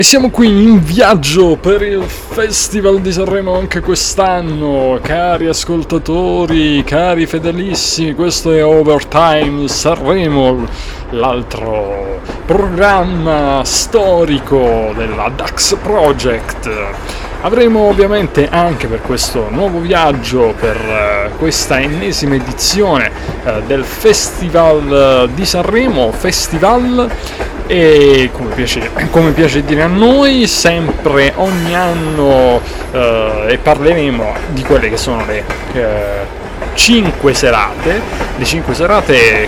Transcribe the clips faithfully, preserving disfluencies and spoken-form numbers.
E siamo qui in viaggio per il Festival di Sanremo anche quest'anno, cari ascoltatori, cari fedelissimi, questo è Overtime Sanremo, l'altro programma storico della Dax Project. Avremo ovviamente anche per questo nuovo viaggio, per uh, questa ennesima edizione uh, del Festival uh, di Sanremo, Festival, e come piace, come piace dire a noi, sempre ogni anno, uh, e parleremo di quelle che sono le cinque serate, le cinque serate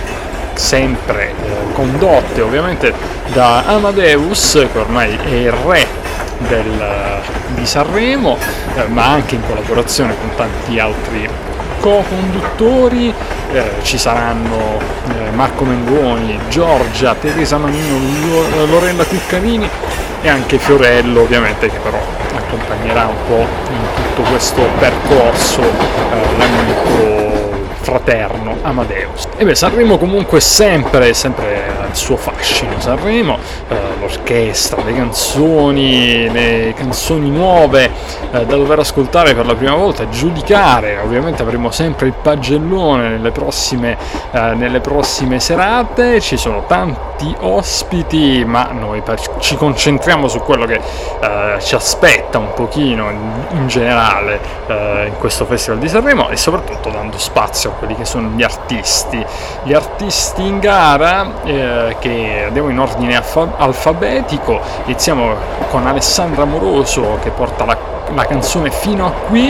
sempre uh, condotte ovviamente da Amadeus, che ormai è il re del, di Sanremo, eh, ma anche in collaborazione con tanti altri co-conduttori. Eh, ci saranno eh, Marco Mengoni, Giorgia, Teresa Mannino, Lo- Lorella Cuccarini e anche Fiorello, ovviamente, che però accompagnerà un po' in tutto questo percorso eh, l'amico fraterno Amadeus. E beh, Sanremo comunque sempre, sempre il suo fascino. Sanremo, eh, l'orchestra, le canzoni, le canzoni nuove eh, da dover ascoltare per la prima volta, giudicare. Ovviamente avremo sempre il pagellone nelle prossime, eh, nelle prossime serate. Ci sono tanti ospiti, ma noi ci concentriamo su quello che eh, ci aspetta un pochino in, in generale eh, in questo Festival di Sanremo, e soprattutto dando spazio quelli che sono gli artisti gli artisti in gara, eh, che andiamo in ordine alfa- alfabetico. Iniziamo con Alessandra Moroso, che porta la, la canzone Fino a qui,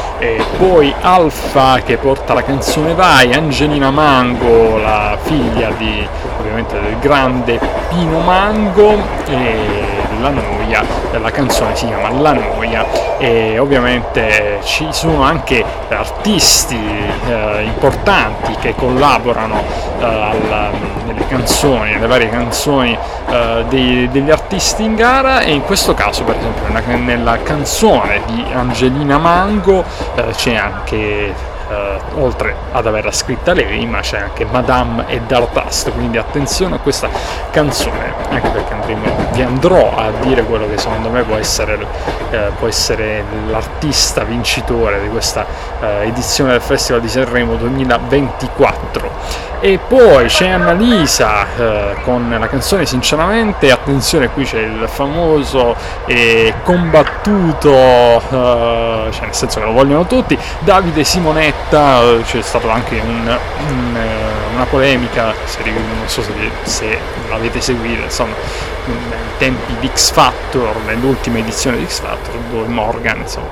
e poi Alfa, che porta la canzone Vai, Angelina Mango, la figlia di ovviamente del grande Pino Mango, e La Noia, la canzone si chiama La Noia. E ovviamente ci sono anche artisti eh, importanti che collaborano eh, alla, nelle canzoni, nelle varie canzoni eh, dei, degli artisti in gara, e in questo caso per esempio nella, nella canzone di Angelina Mango eh, c'è anche, Uh, oltre ad averla scritta lei, ma c'è anche Madame e Dardust, quindi attenzione a questa canzone, anche perché andremo, vi andrò a dire quello che secondo me può essere, uh, può essere l'artista vincitore di questa uh, edizione del Festival di Sanremo duemilaventiquattro. E poi c'è Annalisa uh, con la canzone Sinceramente. Attenzione, qui c'è il famoso e combattuto, uh, cioè nel senso che lo vogliono tutti, Davide Simonetta. C'è stato anche un, un, una polemica, se, non so se, se l'avete seguita, insomma, nei tempi di X Factor, nell'ultima edizione di X Factor, dove Morgan insomma,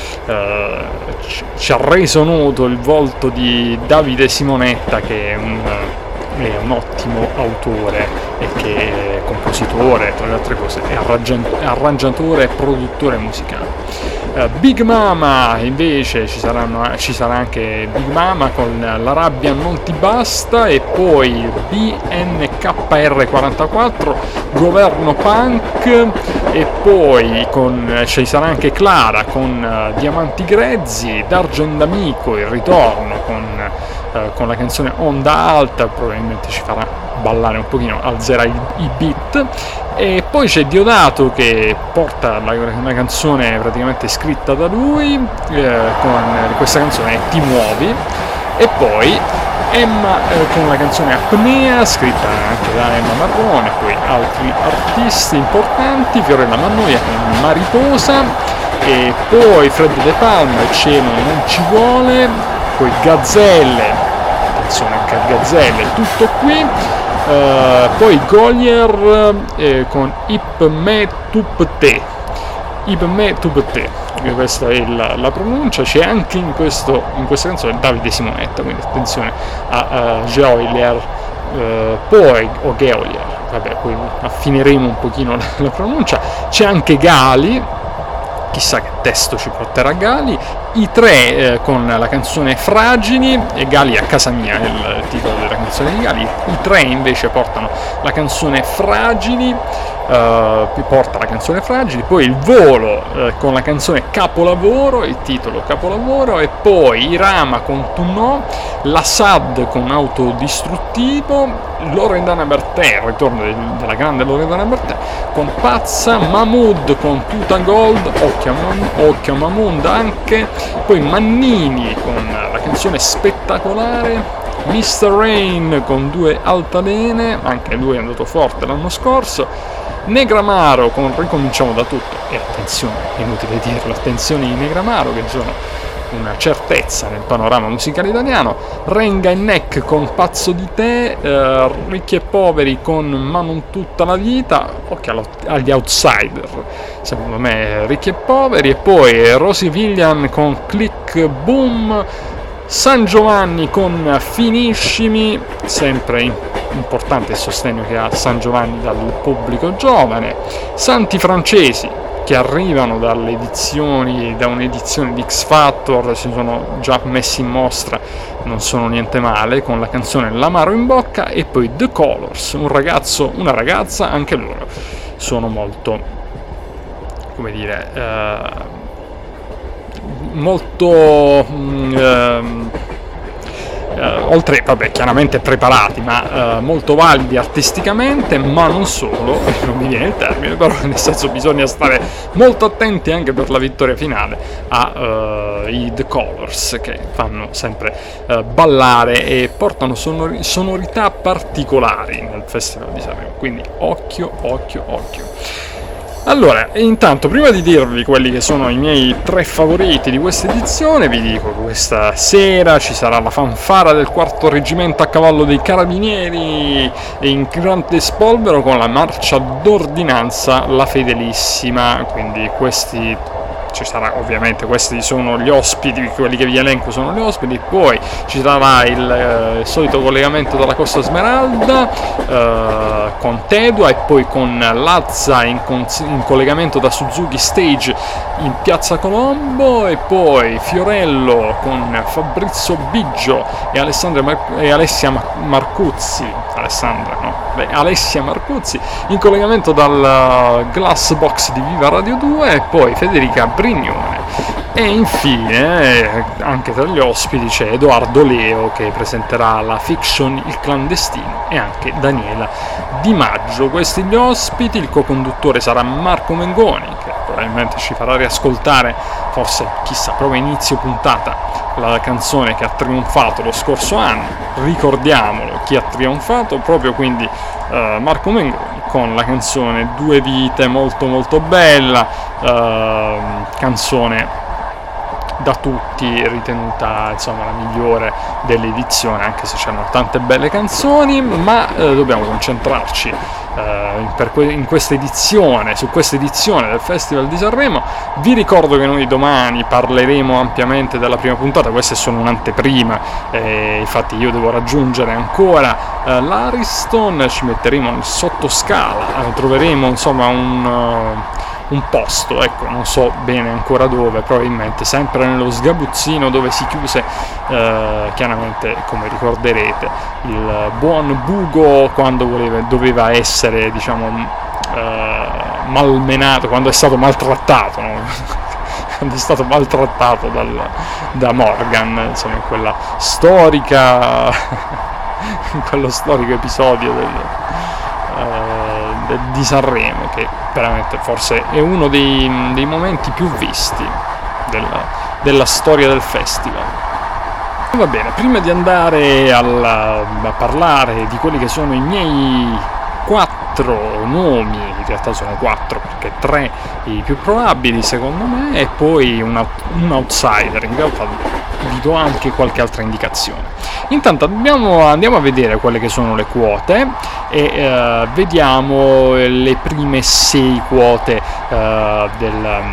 eh, ci ha reso noto il volto di Davide Simonetta, che è un, è un ottimo autore e che è compositore, tra le altre cose, è arrangiatore e produttore musicale. Uh, Big Mama invece ci, saranno, ci sarà anche Big Mama con La rabbia non ti basta, e poi B N K R quarantaquattro, Governo Punk, e poi con, ci sarà anche Clara con uh, Diamanti Grezzi, D'Argent D'Amico, il ritorno con, uh, con la canzone Onda Alta, probabilmente ci farà ballare un pochino, alzerà i, i beat. E poi c'è Diodato, che porta la, una canzone praticamente scritta da lui, eh, con questa canzone Ti muovi, e poi Emma eh, con la canzone Apnea, scritta anche da Emma Marrone, poi altri artisti importanti, Fiorella Mannoia con Mariposa, e poi Freddy De Palma, Il cielo non ci vuole, poi Gazzelle, attenzione anche a Gazzelle, tutto qui. Uh, poi Golier eh, con Ip Me Tup Te, Ip Me Tup Te, questa è la, la pronuncia. C'è anche in, questo, in questa canzone Davide Simonetta, quindi attenzione a uh, Geolier, uh, poi o Geolier, vabbè, poi affineremo un pochino la, la pronuncia. C'è anche Gali, chissà che testo ci porterà Gali. I tre eh, con la canzone Fragili, e Gali a casa mia è il titolo della canzone di Gali. I tre invece portano la canzone Fragili, eh, porta la canzone Fragili, poi il volo eh, con la canzone Capolavoro, il titolo Capolavoro, e poi Irama con Tu No, la S A D con Autodistruttivo, Loredana Bertè, il ritorno del, della grande Loredana Bertè con Pazza, Mahmood con Tuta Gold, Occhio a, Occhio a Mahmood anche, poi Mannini con la canzone Spettacolare, mister Rain con Due Altalene, anche lui è andato forte l'anno scorso, Negramaro con Ricominciamo da tutto, e attenzione, è inutile dirlo, attenzione ai Negramaro che sono una certezza nel panorama musicale italiano, Renga e Neck con Pazzo di te, eh, Ricchi e Poveri con Ma non tutta la vita, occhio agli outsider, secondo me Ricchi e Poveri, e poi Rosy Villain con Click Boom, San Giovanni con Finiscimi, sempre importante il sostegno che ha San Giovanni dal pubblico giovane, Santi Francesi che arrivano dalle edizioni, da un'edizione di X Factor, si sono già messi in mostra, non sono niente male, con la canzone L'amaro in bocca, e poi The Colors, un ragazzo, una ragazza, anche loro sono molto, come dire, eh, molto mm, ehm, eh, oltre, vabbè, chiaramente preparati, ma eh, molto validi artisticamente, ma non solo, non mi viene il termine, però nel senso bisogna stare molto attenti anche per la vittoria finale ai uh, The Colors, che fanno sempre uh, ballare e portano sonori- sonorità particolari nel Festival di Sanremo, quindi occhio, occhio, occhio. Allora, intanto, prima di dirvi quelli che sono i miei tre favoriti di questa edizione, vi dico che questa sera ci sarà la fanfara del quarto reggimento a cavallo dei Carabinieri in grande spolvero con la marcia d'ordinanza La Fedelissima, quindi questi ci sarà, ovviamente questi sono gli ospiti, quelli che vi elenco sono gli ospiti, poi ci sarà il, eh, il solito collegamento dalla Costa Smeralda eh, con Tedua, e poi con Lazza in, cons- in collegamento da Suzuki Stage in Piazza Colombo, e poi Fiorello con Fabrizio Biggio e, Alessandra Mar- e Alessia Marcuzzi, Alessandra no, Beh, Alessia Marcuzzi in collegamento dal Glass Box di Viva Radio due, e poi Federica Brignone. E infine, anche tra gli ospiti c'è Edoardo Leo che presenterà la fiction Il Clandestino, e anche Daniela Di Maggio. Questi gli ospiti, il co-conduttore sarà Marco Mengoni, che probabilmente ci farà riascoltare, forse chissà, proprio inizio puntata, la canzone che ha trionfato lo scorso anno. Ricordiamolo, chi ha trionfato, proprio quindi uh, Marco Mengoni, con la canzone Due Vite, molto molto bella, uh, canzone da tutti ritenuta insomma la migliore dell'edizione, anche se c'erano tante belle canzoni, ma eh, dobbiamo concentrarci eh, per que- in questa edizione, su questa edizione del Festival di Sanremo. Vi ricordo che noi domani parleremo ampiamente della prima puntata, questa è solo un'anteprima, eh, infatti io devo raggiungere ancora eh, l'Ariston, ci metteremo in sottoscala, eh, troveremo insomma un... Uh, un posto, ecco, non so bene ancora dove, probabilmente sempre nello sgabuzzino dove si chiuse eh, chiaramente, come ricorderete, il buon Bugo quando voleva, doveva essere, diciamo, eh, malmenato, quando è stato maltrattato, no? Quando è stato maltrattato dal, da Morgan, insomma, in quella storica in quello storico episodio del di Sanremo, che veramente forse è uno dei, dei momenti più visti della, della storia del festival. Va bene, prima di andare alla, a parlare di quelli che sono i miei quattro nomi, in realtà sono quattro perché tre i più probabili secondo me, e poi un, un outsider, in realtà vi do anche qualche altra indicazione. Intanto andiamo, andiamo a vedere quelle che sono le quote e eh, vediamo le prime sei quote eh, del,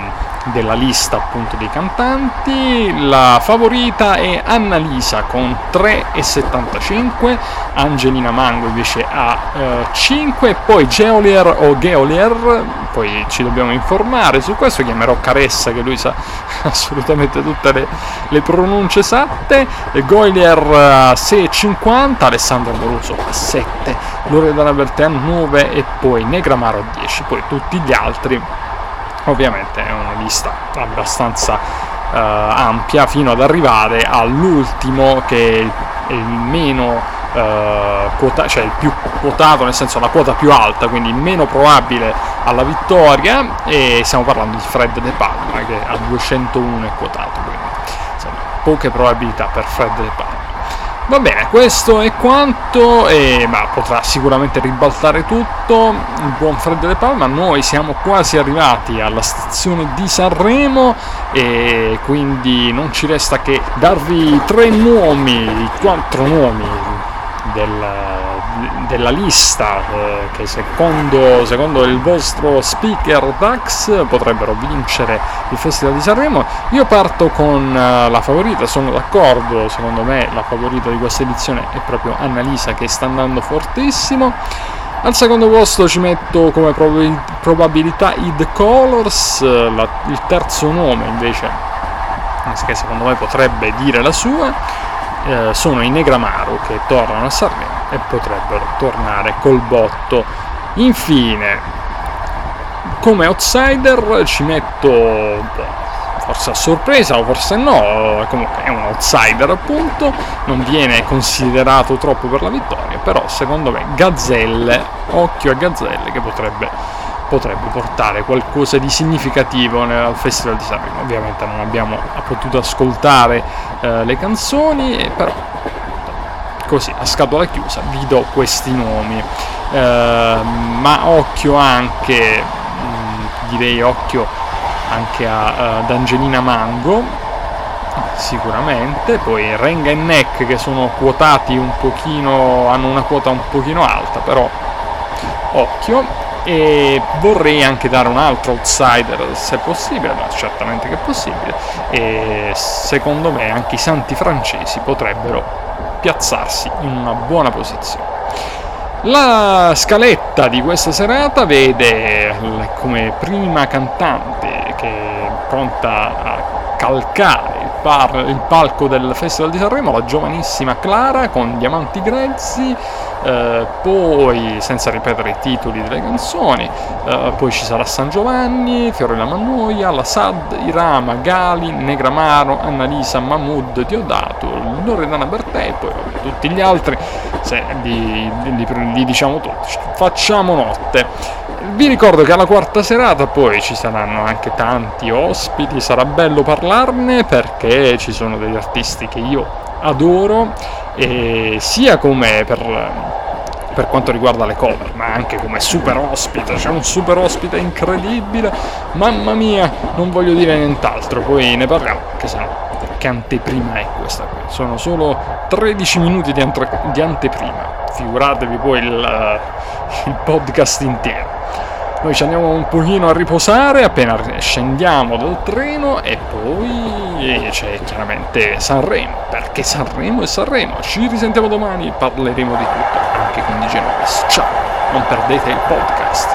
della lista appunto dei cantanti. La favorita è Annalisa con tre virgola settantacinque, Angelina Mango invece ha eh, cinque, poi Geolier o Geolier, poi ci dobbiamo informare su questo, chiamerò Caressa che lui sa assolutamente tutte le, le pronunce esatte. Goilier a sei virgola cinquanta, Alessandro Amoroso a sette, Loredana Bertè a nove e poi Negramaro a dieci. Poi tutti gli altri, ovviamente è una lista abbastanza uh, ampia fino ad arrivare all'ultimo che è il meno uh, quota, cioè il più quotato, nel senso la quota più alta, quindi meno probabile alla vittoria, e stiamo parlando di Fred De Palma che a duecentouno è quotato, quindi insomma poche probabilità per Fred De Palma. Va bene, questo è quanto, e, ma potrà sicuramente ribaltare tutto il buon Fred De Palma. Noi siamo quasi arrivati alla stazione di Sanremo e quindi non ci resta che darvi tre nomi, quattro nomi del, della lista eh, che secondo, secondo il vostro speaker Dax potrebbero vincere il Festival di Sanremo. Io parto con uh, la favorita, sono d'accordo, secondo me la favorita di questa edizione è proprio Annalisa, che sta andando fortissimo. Al secondo posto ci metto come prob- probabilità i The Colors, la, il terzo nome invece che secondo me potrebbe dire la sua. Eh, sono i Negramaro che tornano a Sanremo e potrebbero tornare col botto. Infine, come outsider ci metto un po', forse a sorpresa o forse no, comunque è un outsider appunto, non viene considerato troppo per la vittoria, però secondo me Gazzelle, occhio a Gazzelle che potrebbe potrebbe portare qualcosa di significativo nel Festival di Sanremo. Ovviamente non abbiamo potuto ascoltare eh, le canzoni, però così a scatola chiusa vi do questi nomi, eh, ma occhio anche mh, direi occhio anche a, ad Angelina Mango sicuramente, poi Renga e Neck che sono quotati un pochino, hanno una quota un pochino alta, però occhio. E vorrei anche dare un altro outsider se possibile, ma certamente che è possibile, e secondo me anche i Santi Francesi potrebbero piazzarsi in una buona posizione. La scaletta di questa serata vede come prima cantante che è pronta a calcare il, par- il palco del Festival di Sanremo la giovanissima Clara con Diamanti Grezzi. Uh, poi, senza ripetere i titoli delle canzoni, uh, poi ci sarà San Giovanni, Fiorella Mannoia, la Sad, Irama, Gali, Negramaro, Annalisa, Mahmood, Diodato, Loredana Bertè, e poi vabbè, tutti gli altri, se li, li, li diciamo tutti, facciamo notte. Vi ricordo che alla quarta serata poi ci saranno anche tanti ospiti, sarà bello parlarne perché ci sono degli artisti che io adoro, e sia come per, per quanto riguarda le cover, ma anche come super ospite. C'è un super ospite incredibile, mamma mia, non voglio dire nient'altro, poi ne parliamo, che sennò che anteprima è questa qui, sono solo tredici minuti di, antre, di anteprima, figuratevi poi il, il podcast intero. Noi ci andiamo un pochino a riposare appena scendiamo dal treno e poi c'è chiaramente Sanremo, perché Sanremo è Sanremo. Ci risentiamo domani, parleremo di tutto, anche con Di Genovis. Ciao, non perdete il podcast.